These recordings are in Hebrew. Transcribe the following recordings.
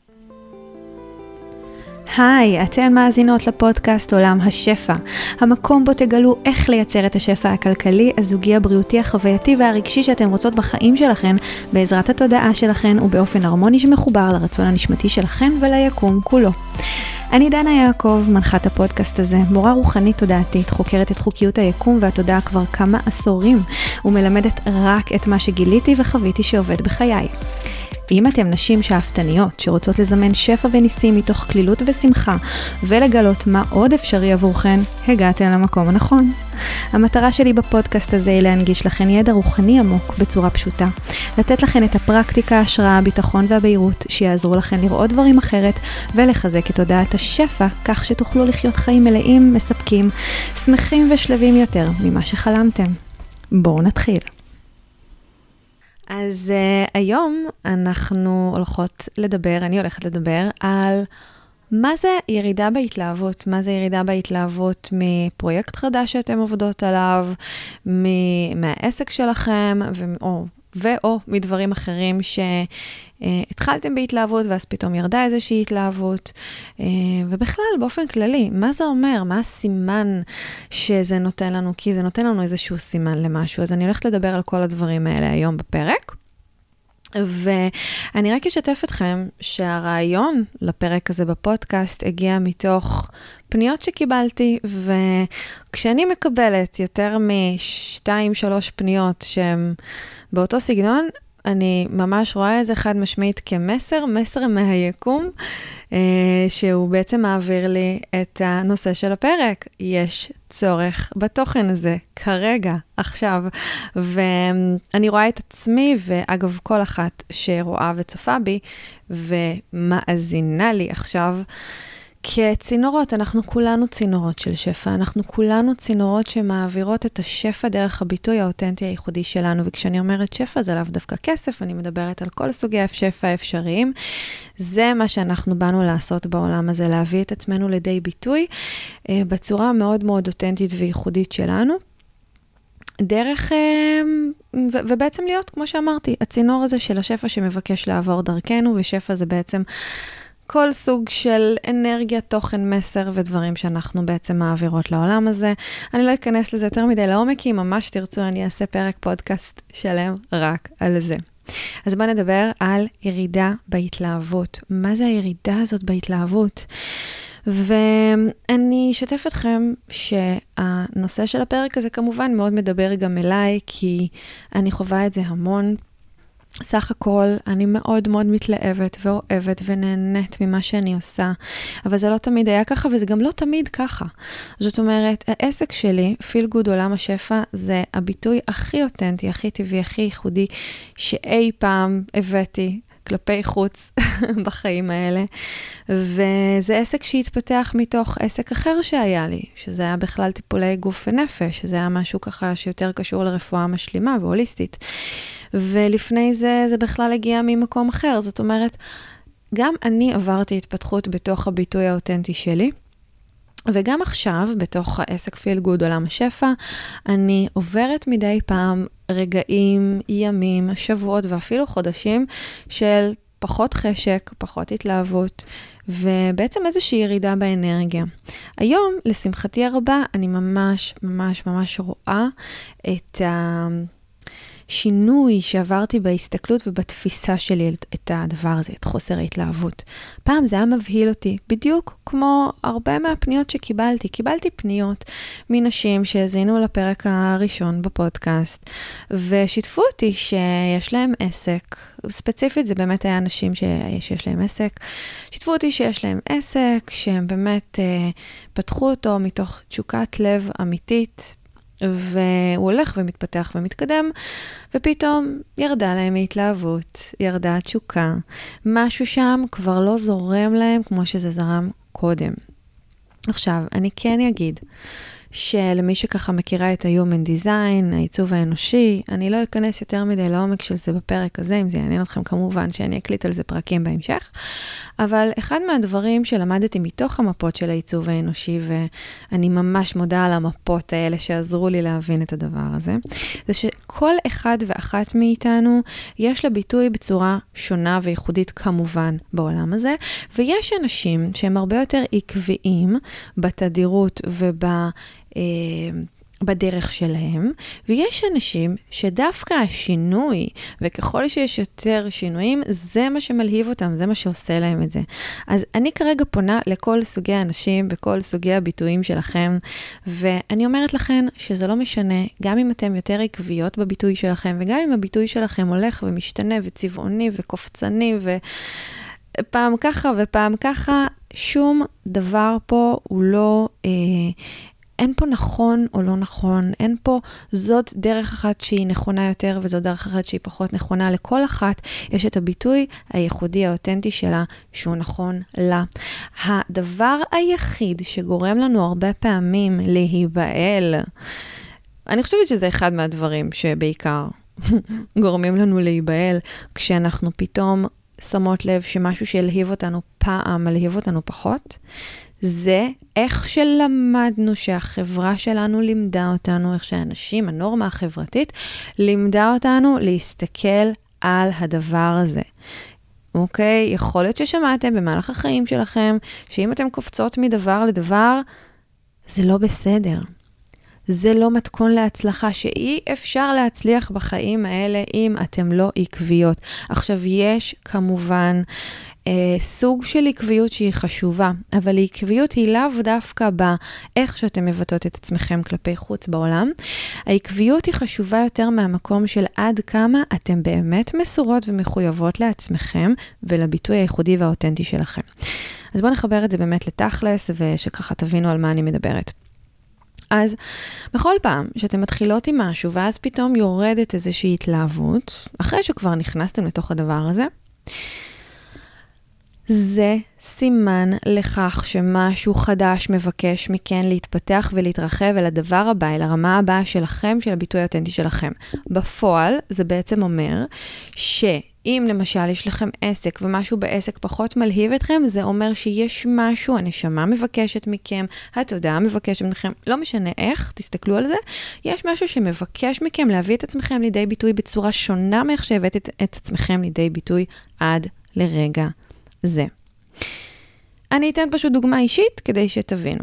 היי, אתן מאזינות לפודקאסט עולם השפע, המקום בו תגלו איך לייצר את השפע הכלכלי, הזוגי, הבריאותי, החווייתי והרגשי שאתן רוצות בחיים שלכן, בעזרת התודעה שלכן ובאופן הרמוני שמחובר לרצון הנשמתי שלכן וליקום כולו. אני דנה יעקב, מנחת הפודקאסט הזה, מורה רוחנית תודעתית, חוקרת את חוקיות היקום והתודעה כבר כמה עשורים, ומלמדת רק את מה שגיליתי וחוויתי שעובד בחיי. אם אתם נשים שאפתניות שרוצות לזמן שפע וניסים מתוך כלילות ושמחה ולגלות מה עוד אפשרי עבורכן, הגעתם למקום הנכון. המטרה שלי בפודקאסט הזה היא להנגיש לכן ידע רוחני עמוק בצורה פשוטה, לתת לכן את הפרקטיקה, ההשראה, הביטחון והבהירות שיעזרו לכן לראות דברים אחרת ולחזק את תודעת השפע כך שתוכלו לחיות חיים מלאים, מספקים, שמחים ושלבים יותר ממה שחלמתם. בואו נתחיל. אז היום אנחנו אני הולכת לדבר על מה זה ירידה בהתלהבות, מה זה ירידה בהתלהבות מפרויקט חדש שאתם עובדות עליו, מהעסק שלכם, או מדברים אחרים שהתחלתם בהתלהבות ואז פתאום ירדה איזושהי התלהבות, ובכלל באופן כללי, מה זה אומר? מה הסימן שזה נותן לנו? כי זה נותן לנו איזשהו סימן למשהו, אז אני הולכת לדבר על כל הדברים האלה היום בפרק. ואני רק אשתף אתכם שהרעיון לפרק הזה בפודקאסט הגיע מתוך פניות שקיבלתי, וכשאני מקבלת יותר מ2-3 פניות שהן באותו סגנון, אני ממש רואה איזה חד משמעית מסר מהיקום, שהוא בעצם מעביר לי את הנושא של הפרק. יש צורך בתוכן הזה, כרגע, עכשיו. ואני רואה את עצמי, ואגב כל אחת שרואה וצופה בי, ומאזינה לי עכשיו, כצינורות, אנחנו כולנו צינורות של שפע, אנחנו כולנו צינורות שמעבירות את השפע דרך הביטוי האותנטי הייחודי שלנו, וכשאני אומרת שפע זה לאו דווקא כסף, אני מדברת על כל סוגי השפע האפשריים, זה מה שאנחנו באנו לעשות בעולם הזה, להביא את עצמנו לידי ביטוי, בצורה מאוד מאוד אותנטית וייחודית שלנו, דרך, ובעצם להיות, כמו שאמרתי, הצינור הזה של השפע שמבקש לעבור דרכנו, ושפע זה בעצם כל סוג של אנרגיה, תוכן, מסר ודברים שאנחנו בעצם מעבירות לעולם הזה. אני לא אכנס לזה יותר מדי לעומק, כי אם ממש תרצו, אני אעשה פרק פודקאסט שלם רק על זה. אז בואו נדבר על ירידה בהתלהבות. מה זה הירידה הזאת בהתלהבות? ואני אשתף אתכם שהנושא של הפרק הזה כמובן מאוד מדבר גם אליי, כי אני חווה את זה המון. סך הכל, אני מאוד מאוד מתלהבת ואוהבת ונהנית ממה שאני עושה, אבל זה לא תמיד היה ככה, וזה גם לא תמיד ככה. זאת אומרת, העסק שלי, פיל גוד עולם השפע, זה הביטוי הכי אותנטי, הכי טבעי, הכי ייחודי, שאי פעם הבאתי כלפי חוץ בחיים האלה, וזה עסק שהתפתח מתוך עסק אחר שהיה לי, שזה היה בכלל טיפולי גוף ונפש, שזה היה משהו ככה שיותר קשור לרפואה משלימה והוליסטית. ולפני זה, זה בכלל הגיע ממקום אחר. זאת אומרת, גם אני עברתי התפתחות בתוך הביטוי האותנטי שלי, וגם עכשיו, בתוך העסק פיל גוד עולם השפע, אני עוברת מדי פעם רגעים, ימים, שבועות ואפילו חודשים של פחות חשק, פחות התלהבות, ובעצם איזושהי ירידה באנרגיה. היום, לשמחתי הרבה, אני ממש רואה את שינוי שעברתי בהסתכלות ובתפיסה שלי את הדבר הזה, את חוסר ההתלהבות. פעם זה היה מבהיל אותי, בדיוק כמו הרבה מהפניות שקיבלתי. קיבלתי פניות מנשים שהזינו לפרק הראשון בפודקאסט, ושיתפו אותי שיש להם עסק, ספציפית זה באמת היה אנשים שיש להם עסק, שיתפו אותי שיש להם עסק, שהם באמת פתחו אותו מתוך תשוקת לב אמיתית, והוא הולך ומתפתח ומתקדם, ופתאום ירדה להם התלהבות, ירדה התשוקה, משהו שם כבר לא זורם להם כמו שזה זרם קודם. עכשיו, אני כן אגיד שלמי שככה מכירה את ה-Human Design, העיצוב האנושי, אני לא אכנס יותר מדי לעומק של זה בפרק הזה, אם זה יעניין אתכם כמובן שאני אקליט על זה פרקים בהמשך, אבל אחד מהדברים שלמדתי מתוך המפות של העיצוב האנושי, ואני ממש מודה על המפות האלה שעזרו לי להבין את הדבר הזה, זה שכל אחד ואחת מאיתנו יש לה ביטוי בצורה שונה וייחודית כמובן בעולם הזה, ויש אנשים שהם הרבה יותר עקביים בתדירות בדרך שלהם, ויש אנשים שדווקא השינוי, וככל שיש יותר שינויים, זה מה שמלהיב אותם, זה מה שעושה להם את זה. אז אני כרגע פונה לכל סוגי האנשים, בכל סוגי הביטויים שלכם, ואני אומרת לכם שזה לא משנה, גם אם אתם יותר עקביות בביטוי שלכם, וגם אם הביטוי שלכם הולך ומשתנה, וצבעוני וקופצני, ופעם ככה ופעם ככה, שום דבר פה הוא לא אין פה נכון או לא נכון, אין פה זאת דרך אחת שהיא נכונה יותר, וזאת דרך אחת שהיא פחות נכונה. לכל אחת יש את הביטוי הייחודי, האותנטי שלה, שהוא נכון לה. הדבר היחיד שגורם לנו הרבה פעמים להיבהל, אני חושבת שזה אחד מהדברים שבעיקר גורמים לנו להיבהל, כשאנחנו פתאום שמות לב שמשהו שהלהיב אותנו פעם, מלהיב אותנו פחות, זה איך שלמדנו שהחברה שלנו לימדה אותנו, איך שהאנשים, הנורמה החברתית, לימדה אותנו להסתכל על הדבר הזה. אוקיי? יכול להיות ששמעתם במהלך החיים שלכם, שאם אתם קופצות מדבר לדבר, זה לא בסדר. זה לא מתכון להצלחה, שאי אפשר להצליח בחיים האלה אם אתם לא עקביות. עכשיו, יש כמובן סוג של עקביות שהיא חשובה, אבל עקביות היא לאו דווקא באיך שאתם מבטאות את עצמכם כלפי חוץ בעולם. העקביות היא חשובה יותר מהמקום של עד כמה אתם באמת מסורות ומחויבות לעצמכם ולביטוי הייחודי והאותנטי שלכם. אז בואו נחבר את זה באמת לתכלס, ושככה תבינו על מה אני מדברת. אז בכל פעם שאתם מתחילות עם משהו, ואז פתאום יורדת איזושהי התלהבות, אחרי שכבר נכנסתם לתוך הדבר הזה, זה סימן לכך שמשהו חדש מבקש מכן להתפתח ולהתרחב אל הדבר הבא, אל הרמה הבאה שלכם, של הביטוי האותנטי שלכם. בפועל, זה בעצם אומר שאם למשל יש לכם עסק ומשהו בעסק פחות מלהיב אתכם, זה אומר שיש משהו, הנשמה מבקשת מכם, התודעה מבקשת מכם, לא משנה איך, תסתכלו על זה, יש משהו שמבקש מכם להביא את עצמכם לידי ביטוי בצורה שונה מאיך שהבאת את עצמכם לידי ביטוי עד לרגע זה. אני אתן פשוט דוגמה אישית כדי שתבינו.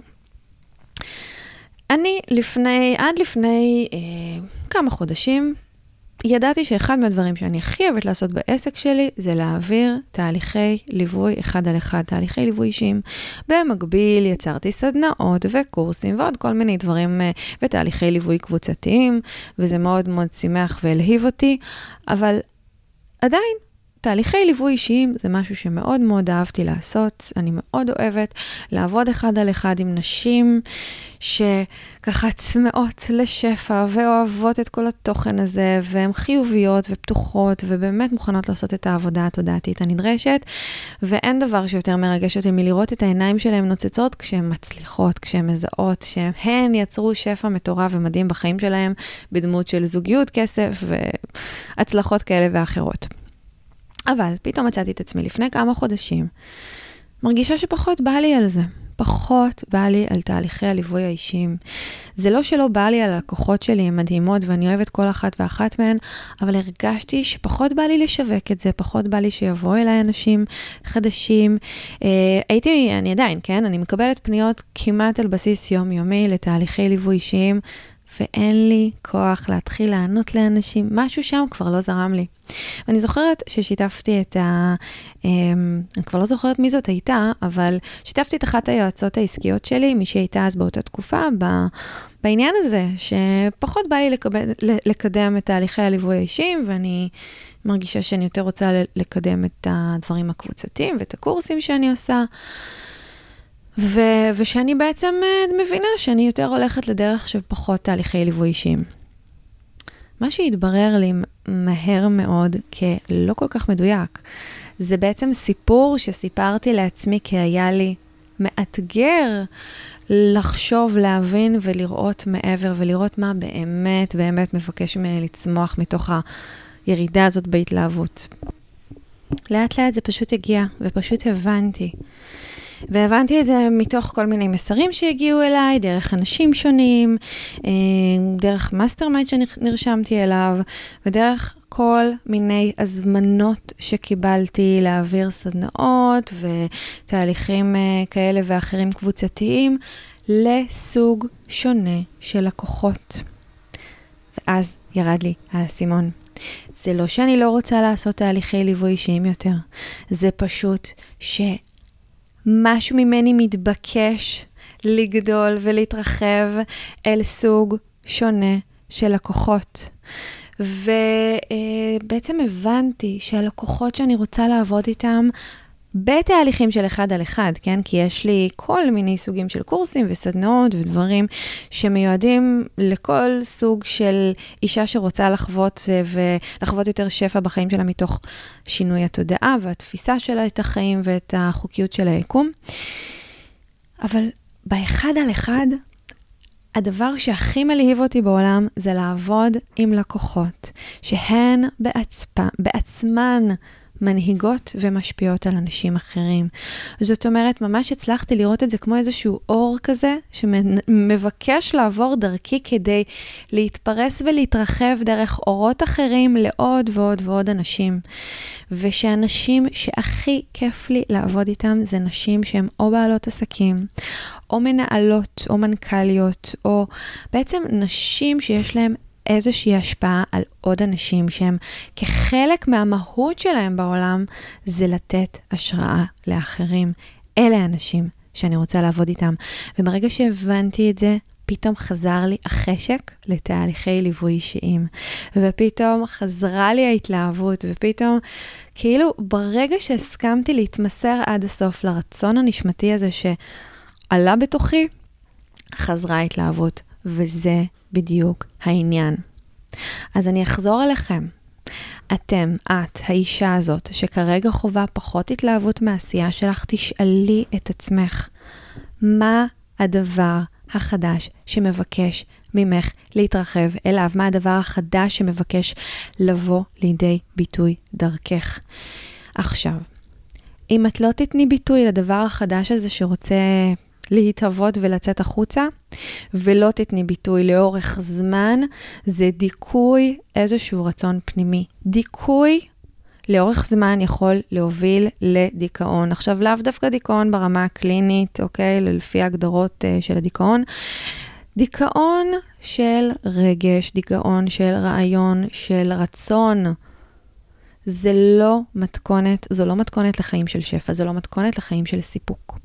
אני עד לפני כמה חודשים, ידעתי שאחד מהדברים שאני הכי אוהבת לעשות בעסק שלי, זה להעביר תהליכי ליווי אחד על אחד, תהליכי ליווי אישיים. במקביל יצרתי סדנאות וקורסים ועוד כל מיני דברים, ותהליכי ליווי קבוצתיים, וזה מאוד מאוד שימח והלהיב אותי, אבל עדיין, תהליכי ליווי אישיים זה משהו שמאוד מאוד אהבתי לעשות. אני מאוד אוהבת לעבוד אחד על אחד עם נשים שככה צמאות לשפע ואוהבות את כל התוכן הזה, והן חיוביות ופתוחות ובאמת מוכנות לעשות את העבודה התודעתית הנדרשת, ואין דבר שיותר מרגש אותי מלראות את העיניים שלהן נוצצות כשהן מצליחות, כשהן מזהות, שהן יצרו שפע מטורף ומדהים בחיים שלהן, בדמות של זוגיות, כסף והצלחות כאלה ואחרות. אבל פתאום מצאתי את עצמי לפני כמה חודשים, מרגישה שפחות בא לי על זה. פחות בא לי על תהליכי הליווי האישיים. זה לא שלא בא לי על הלקוחות שלי, הן מדהימות, ואני אוהבת כל אחת ואחת מהן, אבל הרגשתי שפחות בא לי לשווק את זה, פחות בא לי שיבואו אליי אנשים חדשים. אני עדיין, כן? אני מקבלת פניות כמעט על בסיס יומיומי לתהליכי ליווי אישיים, ואין לי כוח להתחיל לענות לאנשים. משהו שם כבר לא זרם לי. ואני זוכרת ששיתפתי אני כבר לא זוכרת מי זאת הייתה, אבל שיתפתי את אחת היועצות העסקיות שלי, מי שהייתה אז באותה תקופה, בעניין הזה, שפחות בא לי לקדם את תהליכי הליווי האישיים, ואני מרגישה שאני יותר רוצה לקדם את הדברים הקבוצתיים, ואת הקורסים שאני עושה, ושאני בעצם מבינה שאני יותר הולכת לדרך של פחות תהליכי ליווי אישיים. מה שהתברר לי מהר מאוד כלא כל כך מדויק, זה בעצם סיפור שסיפרתי לעצמי כי היה לי מאתגר לחשוב, להבין ולראות מעבר, ולראות מה באמת מבקש ממני לצמוח מתוך הירידה הזאת בהתלהבות. לאט לאט זה פשוט הגיע, ופשוט הבנתי. והבנתי את זה מתוך כל מיני מסרים שהגיעו אליי, דרך אנשים שונים, דרך מאסטרמייד שנרשמתי אליו, ודרך כל מיני הזמנות שקיבלתי להעביר סדנאות ותהליכים כאלה ואחרים קבוצתיים לסוג שונה של לקוחות. ואז ירד לי האסימון. זה לא שאני לא רוצה לעשות תהליכי ליווי אישיים יותר, זה פשוט משהו ממני מתבקש לגדול ולהתרחב אל סוג שונה של לקוחות. ובעצם הבנתי שהלקוחות שאני רוצה לעבוד איתם בתהליכים של אחד על אחד, כן? כי יש לי כל מיני סוגים של קורסים וסדנאות ודברים שמיועדים לכל סוג של אישה שרוצה לחוות ולחוות יותר שפע בחיים שלה מתוך שינוי התודעה והתפיסה שלה את החיים ואת החוקיות של היקום. אבל באחד על אחד, הדבר שהכי מלהיב אותי בעולם זה לעבוד עם לקוחות שהן בעצמן מנהיגות ומשפיעות על אנשים אחרים. זאת אומרת, ממש הצלחתי לראות את זה כמו איזשהו אור כזה, שמבקש לעבור דרכי כדי להתפרס ולהתרחב דרך אורות אחרים לעוד ועוד ועוד אנשים. ושאנשים שהכי כיף לי לעבוד איתם, זה נשים שהן או בעלות עסקים, או מנהלות, או מנכ"ליות, או בעצם נשים שיש להן איזושהי השפעה על עוד אנשים שהם כחלק מהמהות שלהם בעולם, זה לתת השראה לאחרים. אלה האנשים שאני רוצה לעבוד איתם. ומרגע שהבנתי את זה, פתאום חזר לי החשק לתהליכי ליווי אישיים. ופתאום חזרה לי ההתלהבות, ופתאום כאילו ברגע שהסכמתי להתמסר עד הסוף לרצון הנשמתי הזה שעלה בתוכי, חזרה ההתלהבות. וזה בדיוק העניין. אז אני אחזור אליכם. אתם, את, האישה הזאת, שכרגע חובה פחות התלהבות מהעשייה שלך, תשאלי את עצמך, מה הדבר החדש שמבקש ממך להתרחב אליו? מה הדבר החדש שמבקש לבוא לידי ביטוי דרכך? עכשיו, אם את לא תתני ביטוי לדבר החדש הזה שרוצה להתהוות ולצאת החוצה, ולא תתני ביטוי לאורך זמן, זה דיכוי איזשהו רצון פנימי. דיכוי לאורך זמן יכול להוביל לדיכאון. עכשיו, לאו דווקא דיכאון ברמה הקלינית, אוקיי? לפי ההגדרות של הדיכאון. דיכאון של רגש, דיכאון של רעיון, של רצון. זה לא מתכונת, זו לא מתכונת לחיים של שפע, זו לא מתכונת לחיים של סיפוק.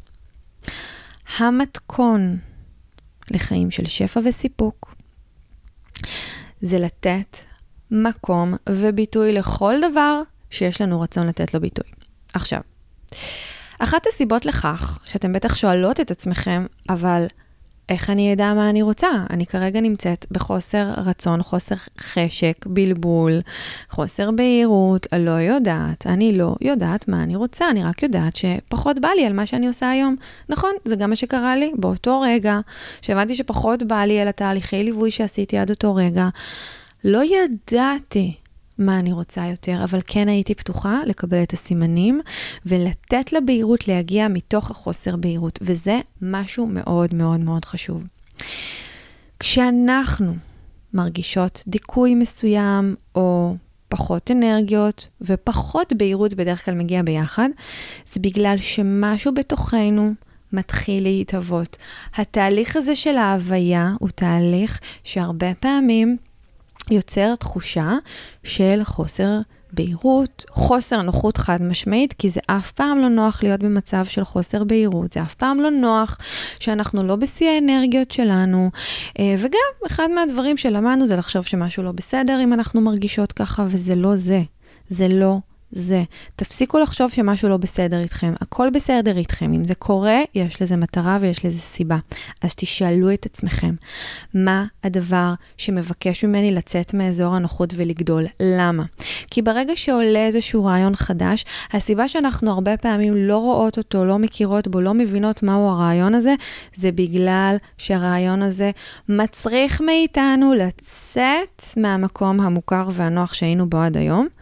המתכון לחיים של שפע וסיפוק זה לתת מקום וביטוי לכל דבר שיש לנו רצון לתת לו ביטוי. עכשיו, אחת הסיבות לכך שאתם בטח שואלות את עצמכם, אבל איך אני אדע מה אני רוצה? אני כרגע נמצאת בחוסר רצון, חוסר חשק, בלבול, חוסר בהירות, אני לא יודעת מה אני רוצה, אני רק יודעת שפחות בא לי על מה שאני עושה היום. נכון, זה גם מה שקרה לי באותו רגע, שהבנתי שפחות בא לי על התהליכי ליווי שעשיתי עד אותו רגע. לא ידעתי מה אני רוצה יותר, אבל כן הייתי פתוחה לקבל את הסימנים, ולתת לה בהירות להגיע מתוך החוסר בהירות, וזה משהו מאוד מאוד מאוד חשוב. כשאנחנו מרגישות דיכוי מסוים, או פחות אנרגיות, ופחות בהירות בדרך כלל מגיע ביחד, זה בגלל שמשהו בתוכנו מתחיל להתהוות. התהליך הזה של ההוויה, הוא תהליך שהרבה פעמים יוצר תחושה של חוסר בהירות, חוסר נוחות חד משמעית, כי זה אף פעם לא נוח להיות במצב של חוסר בהירות, זה אף פעם לא נוח שאנחנו לא בשיא האנרגיות שלנו, וגם אחד מהדברים שלמדנו זה לחשוב שמשהו לא בסדר אם אנחנו מרגישות ככה, וזה לא זה, זה לא זה. תפסיקו לחשוב שמשהו לא בסדר איתכם, הכל בסדר איתכם, אם זה קורה, יש לזה מטרה ויש לזה סיבה. אז תשאלו את עצמכם, מה הדבר שמבקש ממני לצאת מאזור הנוחות ולגדול? למה? כי ברגע שעולה איזשהו רעיון חדש, הסיבה שאנחנו הרבה פעמים לא רואות אותו, לא מכירות בו, לא מבינות מהו הרעיון הזה, זה בגלל שהרעיון הזה מצריך מאיתנו לצאת מהמקום המוכר והנוח שהיינו בו עד היום,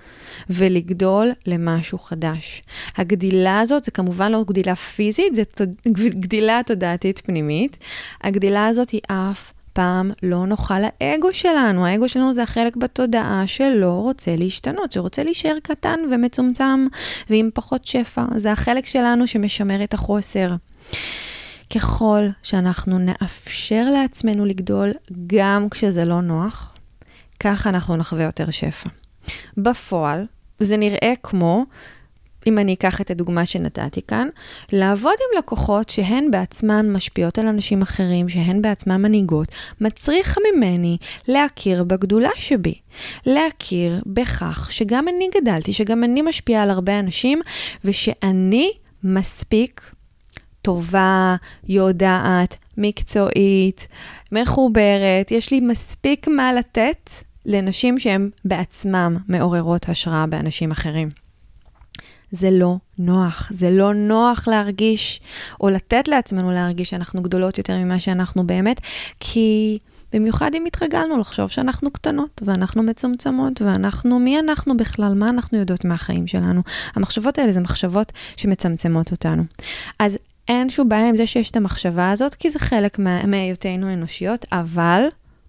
ולגדול למשהו חדש. הגדילה הזאת זה כמובן לא גדילה פיזית, זה גדילה תודעתית פנימית. הגדילה הזאת היא אף פעם לא נוחה לאגו שלנו. האגו שלנו זה החלק בתודעה שלא רוצה להשתנות, שרוצה להישאר קטן ומצומצם ועם פחות שפע. זה החלק שלנו שמשמר את החוסר. ככל שאנחנו נאפשר לעצמנו לגדול גם כשזה לא נוח, ככה אנחנו נחווה יותר שפע. בפועל, זה נראה כמו, אם אני אקח את הדוגמה שנתתי כאן, לעבוד עם לקוחות שהן בעצמן משפיעות על אנשים אחרים, שהן בעצמן מנהיגות, מצריך ממני להכיר בגדולה שבי. להכיר בכך שגם אני גדלתי, שגם אני משפיעה על הרבה אנשים, ושאני מספיק טובה, יודעת, מקצועית, מחוברת, יש לי מספיק מה לתת לנשים שהן בעצמם מעוררות השראה באנשים אחרים. זה לא נוח, זה לא נוח להרגיש, או לתת לעצמנו להרגיש שאנחנו גדולות יותר ממה שאנחנו באמת, כי במיוחד אם התרגלנו לחשוב שאנחנו קטנות, ואנחנו מצומצמות, ואנחנו, מי אנחנו בכלל, מה אנחנו יודעות מהחיים שלנו. המחשבות האלה זה מחשבות שמצמצמות אותנו. אז אין שום בעיה עם זה שיש את המחשבה הזאת, כי זה חלק מהיותנו אנושיות, אבל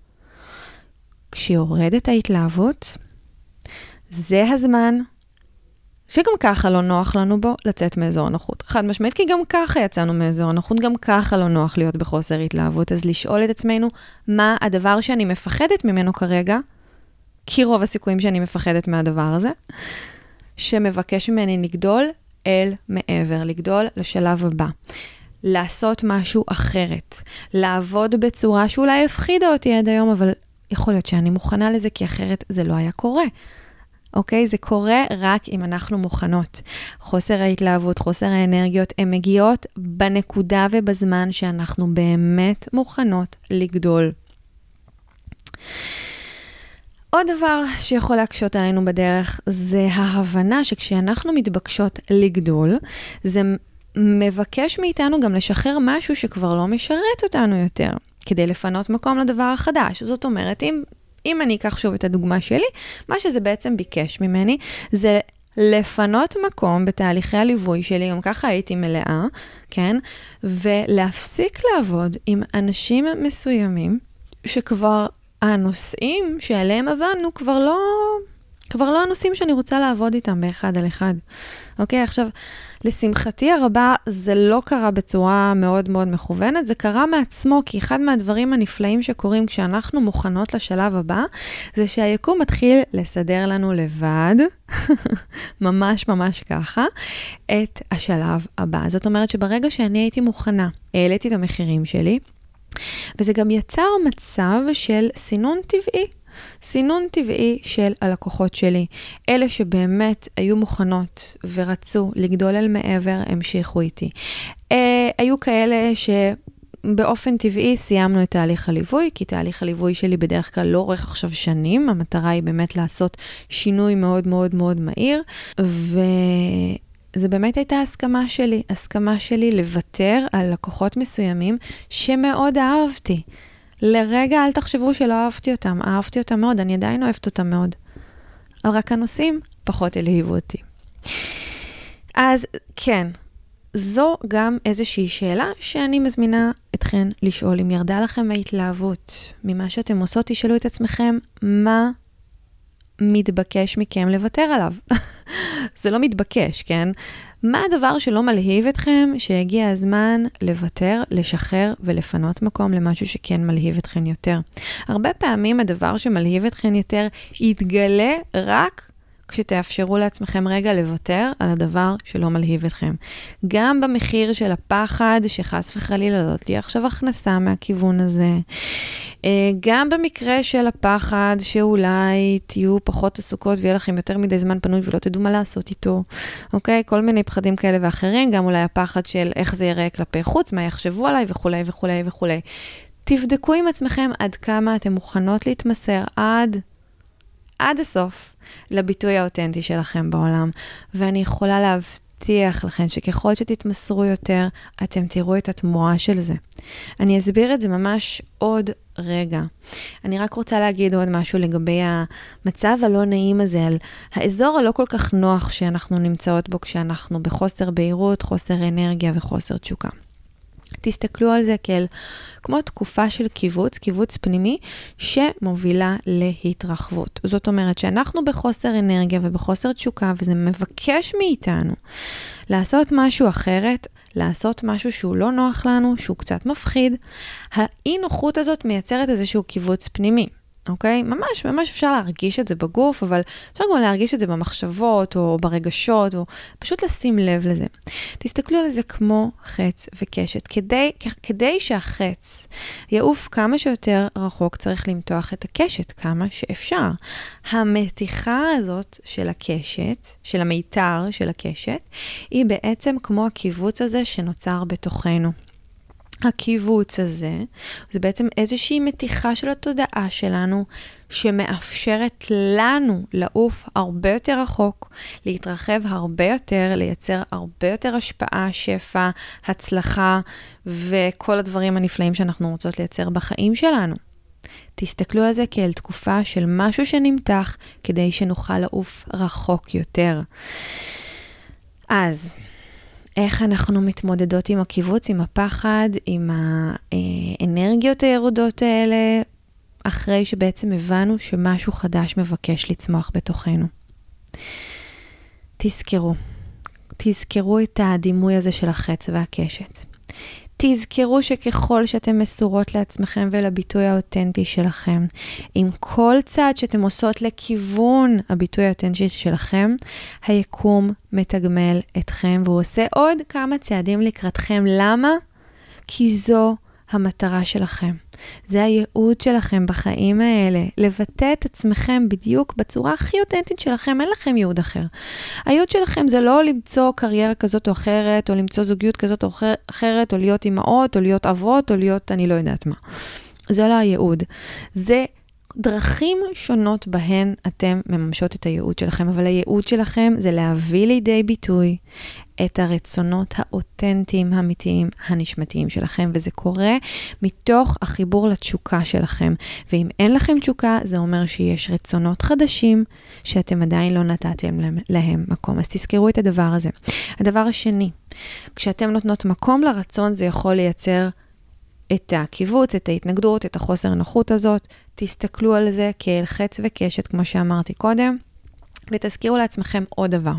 כשיורדת ההתלהבות, זה הזמן שגם ככה לא נוח לנו בו לצאת מאזור הנוחות. חד משמעית, כי גם ככה יצאנו מאזור הנוחות, גם ככה לא נוח להיות בחוסר התלהבות, אז לשאול את עצמנו מה הדבר שאני מפחדת ממנו כרגע, כי רוב הסיכויים שאני מפחדת מהדבר הזה, שמבקש ממני לגדול אל מעבר, לגדול לשלב הבא. לעשות משהו אחרת, לעבוד בצורה שאולי הפחידה אותי עד היום, אבל יכול להיות שאני מוכנה לזה, כי אחרת זה לא היה קורה. אוקיי? זה קורה רק אם אנחנו מוכנות. חוסר ההתלהבות, חוסר האנרגיות, הן מגיעות בנקודה ובזמן שאנחנו באמת מוכנות לגדול. עוד דבר שיכול להקשות עלינו בדרך, זה ההבנה שכשאנחנו מתבקשות לגדול, זה מבקש מאיתנו גם לשחרר משהו שכבר לא משרת אותנו יותר, כדי לפנות מקום לדבר החדש. זאת אומרת, אם אני אקח שוב את הדוגמה שלי, מה שזה בעצם ביקש ממני, זה לפנות מקום בתהליכי הליווי שלי, גם ככה הייתי מלאה, כן? ולהפסיק לעבוד עם אנשים מסוימים, שכבר הנושאים שעליהם עבדנו כבר לא הנושאים שאני רוצה לעבוד איתם באחד על אחד. אוקיי, עכשיו, לשמחתי הרבה, זה לא קרה בצורה מאוד מאוד מכוונת, זה קרה מעצמו, כי אחד מהדברים הנפלאים שקורים כשאנחנו מוכנות לשלב הבא, זה שהיקום מתחיל לסדר לנו לבד, ממש ממש ככה, את השלב הבא. זאת אומרת שברגע שאני הייתי מוכנה, העליתי את המחירים שלי, וזה גם יצר מצב של סינון טבעי. סינון טבעי של הלקוחות שלי. אלה שבאמת היו מוכנות ורצו לגדול אל מעבר, המשיכו איתי. היו כאלה שבאופן טבעי סיימנו את תהליך הליווי, כי תהליך הליווי שלי בדרך כלל לא אורך עכשיו שנים, המטרה היא באמת לעשות שינוי מאוד מאוד מאוד מהיר, זה באמת הייתה הסכמה שלי לוותר על לקוחות מסוימים שמאוד אהבתי. לרגע אל תחשבו שלא אהבתי אותם מאוד, אני עדיין אוהבת אותם מאוד. רק הנושאים פחות הלהיבו אותי. אז כן, זו גם איזושהי שאלה שאני מזמינה אתכן לשאול. אם ירדה לכם ההתלהבות ממה שאתם עושות, תשאלו את עצמכם מה מתבקש מכם לוותר עליו. זה לא מתבקש, כן? מה הדבר שלא מלהיב אתכם, שהגיע הזמן לוותר, לשחרר ולפנות מקום למשהו שכן מלהיב אתכם יותר? הרבה פעמים הדבר שמלהיב אתכם יותר יתגלה רק כשתאפשרו לעצמכם רגע לוותר על הדבר שלא מלהיב אתכם. גם במחיר של הפחד שחס וחלילה לא תהיה עכשיו הכנסה מהכיוון הזה. גם במקרה של הפחד שאולי תהיו פחות עסוקות ויהיה לכם יותר מדי זמן פנוי ולא תדעו מה לעשות איתו. אוקיי? כל מיני פחדים כאלה ואחרים. גם אולי הפחד של איך זה יראה כלפי חוץ, מה יחשבו עליי וכו' וכו' וכו'. תבדקו עם עצמכם עד כמה אתם מוכנות להתמסר עד הסוף לביטוי האותנטי שלכם בעולם. ואני יכולה להבטיח לכם שככל שתתמסרו יותר, אתם תראו את התמורה של זה. אני אסביר את זה ממש עוד רגע. אני רק רוצה להגיד עוד משהו לגבי המצב הלא נעים הזה, על האזור הלא כל כך נוח שאנחנו נמצאות בו כשאנחנו בחוסר בהירות, חוסר אנרגיה וחוסר תשוקה. תסתכלו על זה כמו תקופה של קיבוץ פנימי שמובילה להתרחבות. זאת אומרת שאנחנו בחוסר אנרגיה ובחוסר תשוקה, וזה מבקש מאיתנו לעשות משהו אחרת, לעשות משהו שהוא לא נוח לנו, שהוא קצת מפחיד. האי נוחות הזאת מייצרת איזשהו קיבוץ פנימי. אוקיי? ממש אפשר להרגיש את זה בגוף, אבל אפשר גם להרגיש את זה במחשבות או ברגשות, או פשוט לשים לב לזה. תסתכלו על זה כמו חץ וקשת. כדי שהחץ יעוף כמה שיותר רחוק, צריך למתוח את הקשת כמה שאפשר. המתיחה הזאת של הקשת, של המיתר של הקשת, היא בעצם כמו הקיבוץ הזה שנוצר בתוכנו. הקיבוץ הזה, זה בעצם איזושהי מתיחה של התודעה שלנו, שמאפשרת לנו לעוף הרבה יותר רחוק, להתרחב הרבה יותר, לייצר הרבה יותר השפעה, שפע, הצלחה, וכל הדברים הנפלאים שאנחנו רוצות לייצר בחיים שלנו. תסתכלו על זה כאל תקופה של משהו שנמתח, כדי שנוכל לעוף רחוק יותר. אז איך אנחנו מתמודדות עם הקיבוץ, עם הפחד, עם האנרגיות הירודות האלה, אחרי שבעצם הבנו שמשהו חדש מבקש לצמוח בתוכנו. תזכרו את הדימוי הזה של החץ והקשת. תזכרו שככל שאתם מסורות לעצמכם ולביטוי האותנטי שלכם, עם כל צעד שאתם עושות לכיוון הביטוי האותנטי שלכם, היקום מתגמל אתכם, והוא עושה עוד כמה צעדים לקראתכם. למה? כי זו המטרה שלכם. זה הייעוד שלכם בחיים האלה, לבטא את עצמכם בדיוק בצורה הכי אותנטית שלכם, אין לכם ייעוד אחר. הייעוד שלכם זה לא למצוא קריירה כזאת או אחרת, או למצוא זוגיות כזאת או אחרת, או להיות אמהות, או להיות אבות, או להיות אני לא יודעת מה. זה לא הייעוד. זה דרכים שונות בהן אתם מממשות את הייעוד שלכם, אבל הייעוד שלכם זה להביא לידי ביטוי את הרצונות האותנטיים, האמיתיים, הנשמתיים שלכם, וזה קורה מתוך החיבור לתשוקה שלכם. ואם אין לכם תשוקה, זה אומר שיש רצונות חדשים שאתם עדיין לא נתתם להם מקום. אז תזכרו את הדבר הזה. הדבר השני, כשאתם נותנות מקום לרצון, זה יכול לייצר את הקיבוץ, את ההתנגדות, את החוסר נוחות הזאת. תסתכלו על זה כאל חץ וקשת, כמו שאמרתי קודם, ותזכירו לעצמכם עוד דבר.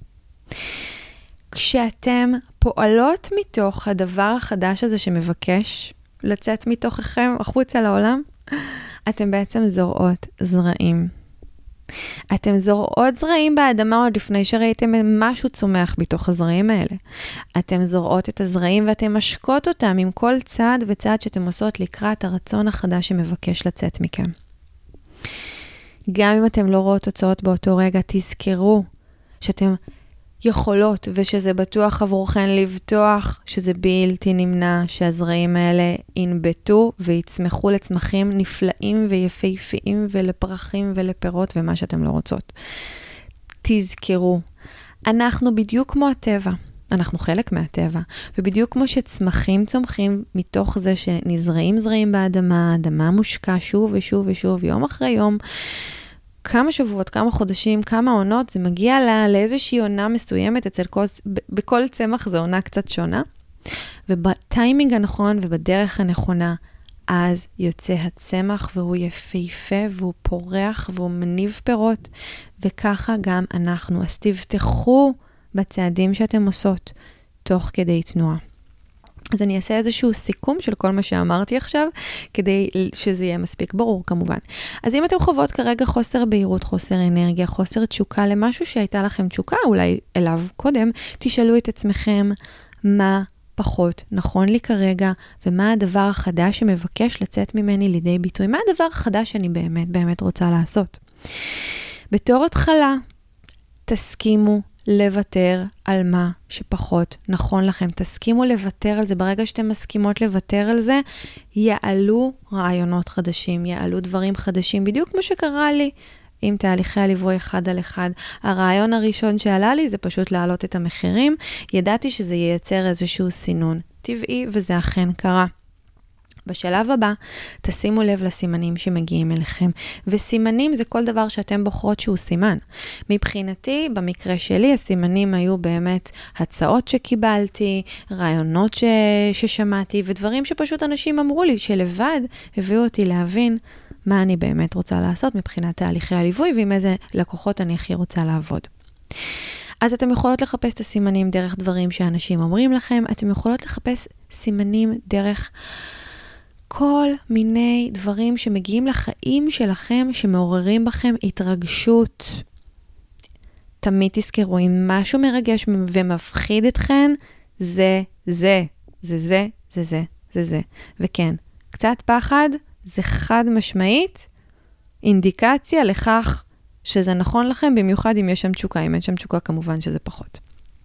כשאתם פועלות מתוך הדבר החדש הזה שמבקש לצאת מתוככם החוצה לעולם, אתם בעצם זורעות זרעים. אתם זורעות זרעים באדמה עוד לפני שראיתם משהו צומח בתוך הזרעים האלה. אתם זורעות את הזרעים ואתם משקות אותם עם כל צעד וצעד שאתם עושות לקראת הרצון החדש שמבקש לצאת מכם. גם אם אתם לא רואות תוצאות באותו רגע, תזכרו שאתם יכולות ושזה בטוח עבורכן לבטוח, שזה בלתי נמנע שהזרעים האלה ינבטו ויצמחו לצמחים נפלאים ויפהפיים ולפרחים ולפירות ומה שאתם לא רוצות. תזכרו, אנחנו בדיוק כמו הטבע, אנחנו חלק מהטבע, ובדיוק כמו שצמחים צומחים מתוך זה שנזרעים זרעים באדמה, האדמה מושקע שוב ושוב ושוב, יום אחרי יום, כמה שבועות, כמה חודשים, כמה עונות, זה מגיע לאיזושהי עונה מסוימת, בכל צמח זה עונה קצת שונה, ובטיימינג הנכון ובדרך הנכונה, אז יוצא הצמח והוא יפהפה והוא פורח והוא מניב פירות, וככה גם אנחנו. אז תבטחו בצעדים שאתם עושות תוך כדי תנועה. אז אני אעשה איזשהו סיכום של כל מה שאמרתי עכשיו, כדי שזה יהיה מספיק ברור כמובן. אז אם אתם חוות כרגע חוסר בהירות, חוסר אנרגיה, חוסר תשוקה למשהו שהייתה לכם תשוקה, אולי אליו קודם, תשאלו את עצמכם מה פחות נכון לי כרגע, ומה הדבר החדש שמבקש לצאת ממני לידי ביטוי, מה הדבר החדש שאני באמת רוצה לעשות. בתור התחלה, תסכימו לוותר על מה שפחות נכון לכם. תסכימו לוותר על זה. ברגע שאתם מסכימות לוותר על זה, יעלו רעיונות חדשים, יעלו דברים חדשים, בדיוק כמו שקרה לי עם תהליכי הליווי 1 על 1. הרעיון הראשון שעלה לי זה פשוט להעלות את המחירים. ידעתי שזה ייצר איזשהו סינון טבעי, וזה אכן קרה. בשלב הבא, תשימו לב לסימנים שמגיעים אליכם, וסימנים זה כל דבר שאתם בוחרות שהוא סימן. מבחינתי, במקרה שלי, הסימנים היו באמת הצעות שקיבלתי, רעיונות ששמעתי, ודברים שפשוט אנשים אמרו לי, שלבד הביאו אותי להבין מה אני באמת רוצה לעשות מבחינת תהליכי הליווי, ועם איזה לקוחות אני הכי רוצה לעבוד. אז אתם יכולות לחפש את הסימנים דרך דברים שאנשים אומרים לכם, אתם יכולות לחפש סימנים דרך כל מיני דברים שמגיעים לחיים שלכם, שמעוררים בכם התרגשות. תמיד תזכרו, אם משהו מרגש ומפחיד אתכן, זה. וכן, קצת פחד, זה חד משמעית, אינדיקציה לכך שזה נכון לכם, במיוחד אם יש שם תשוקה, אם אין שם תשוקה כמובן שזה פחות.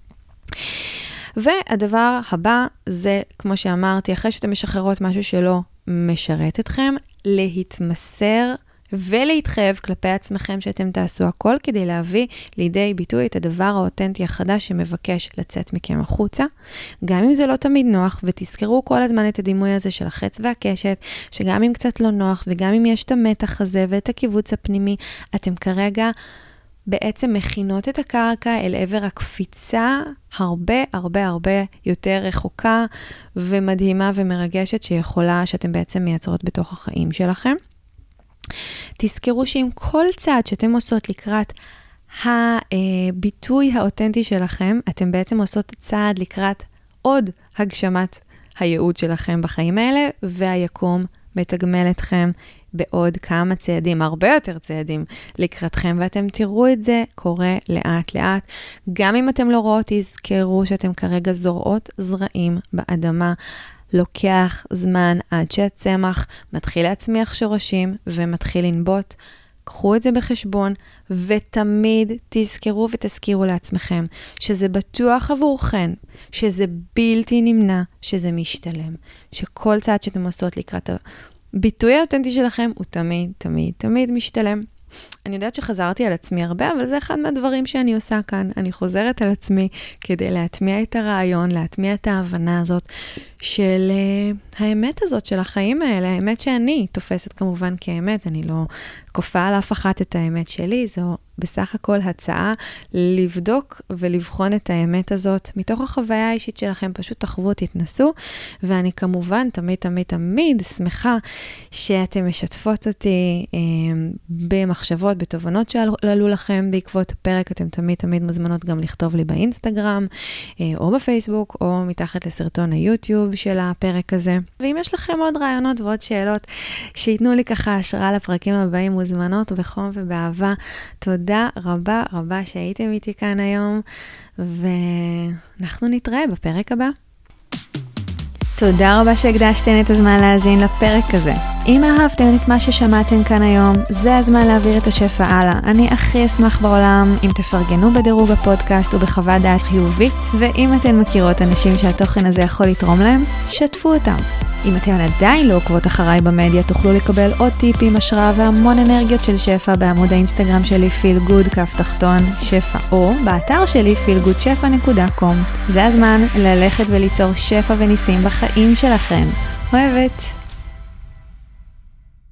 והדבר הבא זה, כמו שאמרתי, אחרי שאתם משחררות משהו שלא משרת אתכם, להתמסר ולהתחייב כלפי עצמכם שאתם תעשו הכל כדי להביא לידי ביטוי את הדבר האותנטי החדש שמבקש לצאת מכם החוצה. גם אם זה לא תמיד נוח, ותזכרו כל הזמן את הדימוי הזה של החץ והקשת, שגם אם קצת לא נוח, וגם אם יש את המתח הזה ואת הקיבוץ הפנימי, אתם כרגע בעצם מכינות את הקרקע אל עבר הקפיצה הרבה יותר רחוקה ומדהימה ומרגשת שאתם בעצם מייצרות בתוך החיים שלכם. תזכרו שעם כל צעד שאתם עושות לקראת הביטוי האותנטי שלכם, אתם בעצם עושות צעד לקראת עוד הגשמת הייעוד שלכם בחיים האלה, והיקום מתגמל אתכם בעוד כמה צעדים, הרבה יותר צעדים לקראתכם, ואתם תראו את זה קורה לאט לאט. גם אם אתם לא רואות, תזכרו שאתם כרגע זורעות זרעים באדמה, לוקח זמן עד שהצמח מתחיל להצמיח שורשים ומתחיל לנבוט. קחו את זה בחשבון, ותמיד תזכרו ותזכירו לעצמכם שזה בטוח עבורכן, שזה בלתי נמנע, שזה משתלם, שכל צעד שאתם עושות לקראת הביטוי האותנטי שלכם הוא תמיד משתלם. אני יודעת שחזרתי על עצמי הרבה, אבל זה אחד מהדברים שאני עושה כאן. אני חוזרת על עצמי כדי להטמיע את הרעיון, להטמיע את ההבנה הזאת של האמת הזאת של החיים האלה, האמת שאני תופסת כמובן כאמת, אני לא כופה על אף אחת את האמת שלי, זו בסך הכל הצעה לבדוק ולבחון את האמת הזאת מתוך החוויה האישית שלכם, פשוט תחוו, תתנסו, ואני כמובן תמיד שמחה שאתם משתפות אותי במחשבות, בתובנות שעלו לכם בעקבות הפרק. אתם תמיד מוזמנות גם לכתוב לי באינסטגרם, או בפייסבוק, או מתחת לסרטון היוטיוב של הפרק הזה. ואם יש לכם עוד רעיונות ועוד שאלות שיתנו לי ככה השראה לפרקים הבאים, מוזמנות בחום ובאהבה. תודה רבה שהייתם איתי כאן היום, ואנחנו נתראה בפרק הבא. תודה רבה שהקדשתם את הזמן להאזין לפרק הזה. אם אהבתם את מה ששמעתם כאן היום, זה הזמן להעביר את השפע הלאה. אני הכי אשמח בעולם אם תפרגנו בדירוג הפודקאסט ובחוות דעת חיובית, ואם אתן מכירות אנשים שהתוכן הזה יכול לתרום להם, שתפו אותם. אם אתן עדיין לא עוקבות אחריי במדיה, תוכלו לקבל עוד טיפים, השראה והמון אנרגיות של שפע בעמוד האינסטגרם שלי feelgood_שפע, או באתר שלי feelgoodשפע.com. זה הזמן ללכת וליצור שפע וניסים בחיים שלכם. אוהבת.